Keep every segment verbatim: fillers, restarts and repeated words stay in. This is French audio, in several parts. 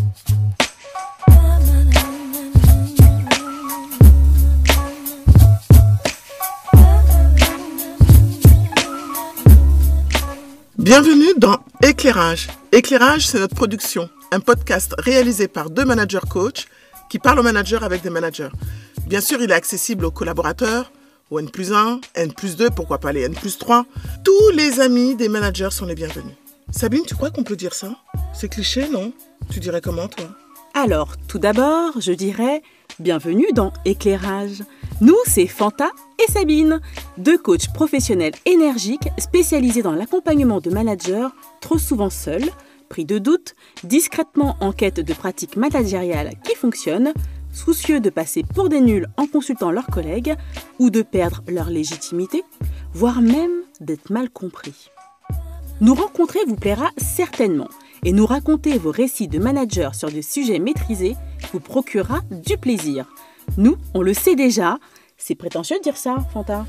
Bienvenue dans Éclairage. Éclairage, c'est notre production, un podcast réalisé par deux managers coachs qui parlent aux managers avec des managers. Bien sûr, il est accessible aux collaborateurs, aux N plus un, N plus deux, pourquoi pas les N plus trois. Tous les amis des managers sont les bienvenus. Sabine, tu crois qu'on peut dire ça? C'est cliché, non? Tu dirais comment, toi? Alors, tout d'abord, je dirais bienvenue dans Éclairage. Nous, c'est Fanta et Sabine, deux coachs professionnels énergiques spécialisés dans l'accompagnement de managers trop souvent seuls, pris de doutes, discrètement en quête de pratiques managériales qui fonctionnent, soucieux de passer pour des nuls en consultant leurs collègues ou de perdre leur légitimité, voire même d'être mal compris. Nous rencontrer vous plaira certainement et nous raconter vos récits de managers sur des sujets maîtrisés vous procurera du plaisir. Nous, on le sait déjà. C'est prétentieux de dire ça, Fanta.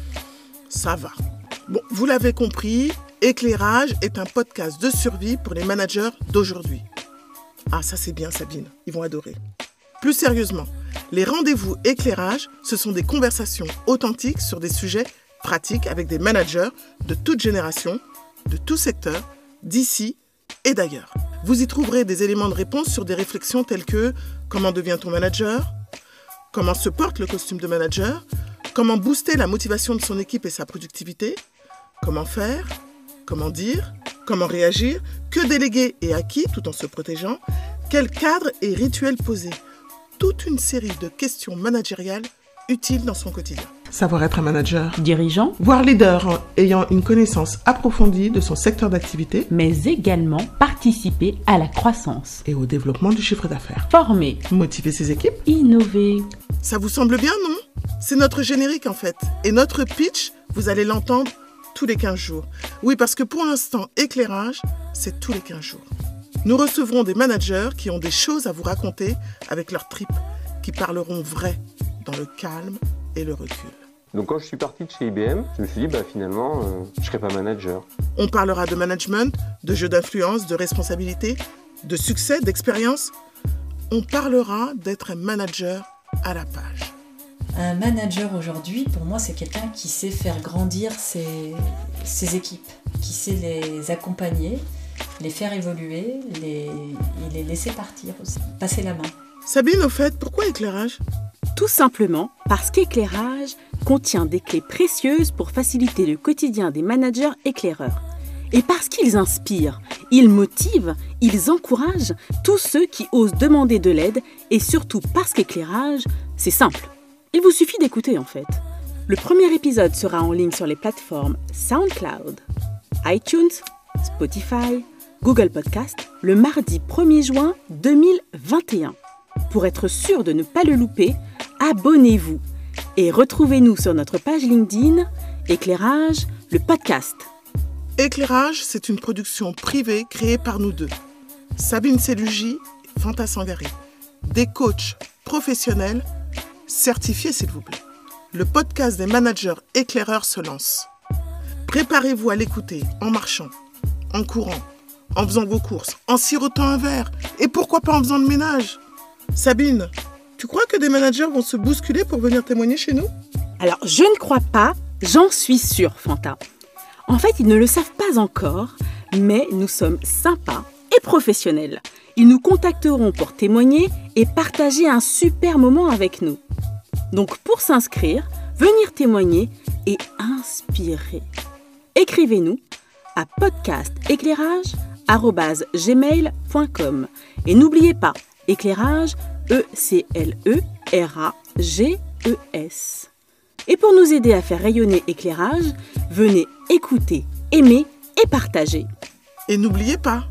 Ça va. Bon, vous l'avez compris, Éclairage est un podcast de survie pour les managers d'aujourd'hui. Ah, ça c'est bien, Sabine. Ils vont adorer. Plus sérieusement, les rendez-vous Éclairage, ce sont des conversations authentiques sur des sujets pratiques avec des managers de toute génération, de tout secteur, d'ici et d'ailleurs. Vous y trouverez des éléments de réponse sur des réflexions telles que comment devient-on manager ? Comment se porte le costume de manager ? Comment booster la motivation de son équipe et sa productivité ? Comment faire ? Comment dire ? Comment réagir ? Que déléguer et à qui tout en se protégeant ? Quel cadre et rituel poser ? Toute une série de questions managériales utiles dans son quotidien. Savoir être un manager, Dirigeant, voire leader ayant une connaissance approfondie de son secteur d'activité, mais également participer à la croissance. et au développement du chiffre d'affaires. Former, Motiver ses équipes. innover. Ça vous semble bien, non ? C'est notre générique en fait. Et notre pitch, vous allez l'entendre tous les quinze jours. Oui, parce que pour l'instant, Éclairage, c'est tous les quinze jours. Nous recevrons des managers qui ont des choses à vous raconter avec leurs tripes, qui parleront vrai, dans le calme et le recul. Donc quand je suis parti de chez I B M, je me suis dit bah finalement euh, je serai pas manager. On parlera de management, de jeu d'influence, de responsabilité, de succès, d'expérience. On parlera d'être un manager à la page. Un manager aujourd'hui, pour moi, c'est quelqu'un qui sait faire grandir ses, ses équipes, qui sait les accompagner, les faire évoluer, les, et les laisser partir aussi, passer la main. Sabine, au fait, pourquoi Éclairage ? Tout simplement parce qu'Éclairage contient des clés précieuses pour faciliter le quotidien des managers éclaireurs. Et parce qu'ils inspirent, ils motivent, ils encouragent tous ceux qui osent demander de l'aide et surtout parce qu'Éclairage, c'est simple. Il vous suffit d'écouter en fait. Le premier épisode sera en ligne sur les plateformes SoundCloud, iTunes, Spotify, Google Podcast le mardi premier juin deux mille vingt et un. Pour être sûr de ne pas le louper, abonnez-vous et retrouvez-nous sur notre page LinkedIn, Éclairage, le podcast. Éclairage, c'est une production privée créée par nous deux. Sabine Sellugi et Fanta Sangari. Des coachs professionnels certifiés, s'il vous plaît. Le podcast des managers éclaireurs se lance. Préparez-vous à l'écouter en marchant, en courant, en faisant vos courses, en sirotant un verre et pourquoi pas en faisant le ménage. Sabine, tu crois que des managers vont se bousculer pour venir témoigner chez nous ? Alors, je ne crois pas, j'en suis sûre, Fanta. En fait, ils ne le savent pas encore, mais nous sommes sympas et professionnels. Ils nous contacteront pour témoigner et partager un super moment avec nous. Donc, pour s'inscrire, venir témoigner et inspirer. Écrivez-nous à podcast éclairage arobase gmail point com et n'oubliez pas, Éclairage, E C L E R A G E S. Et pour nous aider à faire rayonner Éclairage, venez écouter, aimer et partager. Et n'oubliez pas,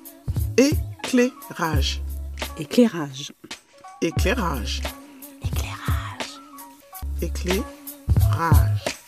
éclairage. Éclairage. Éclairage. Éclairage. Éclairage.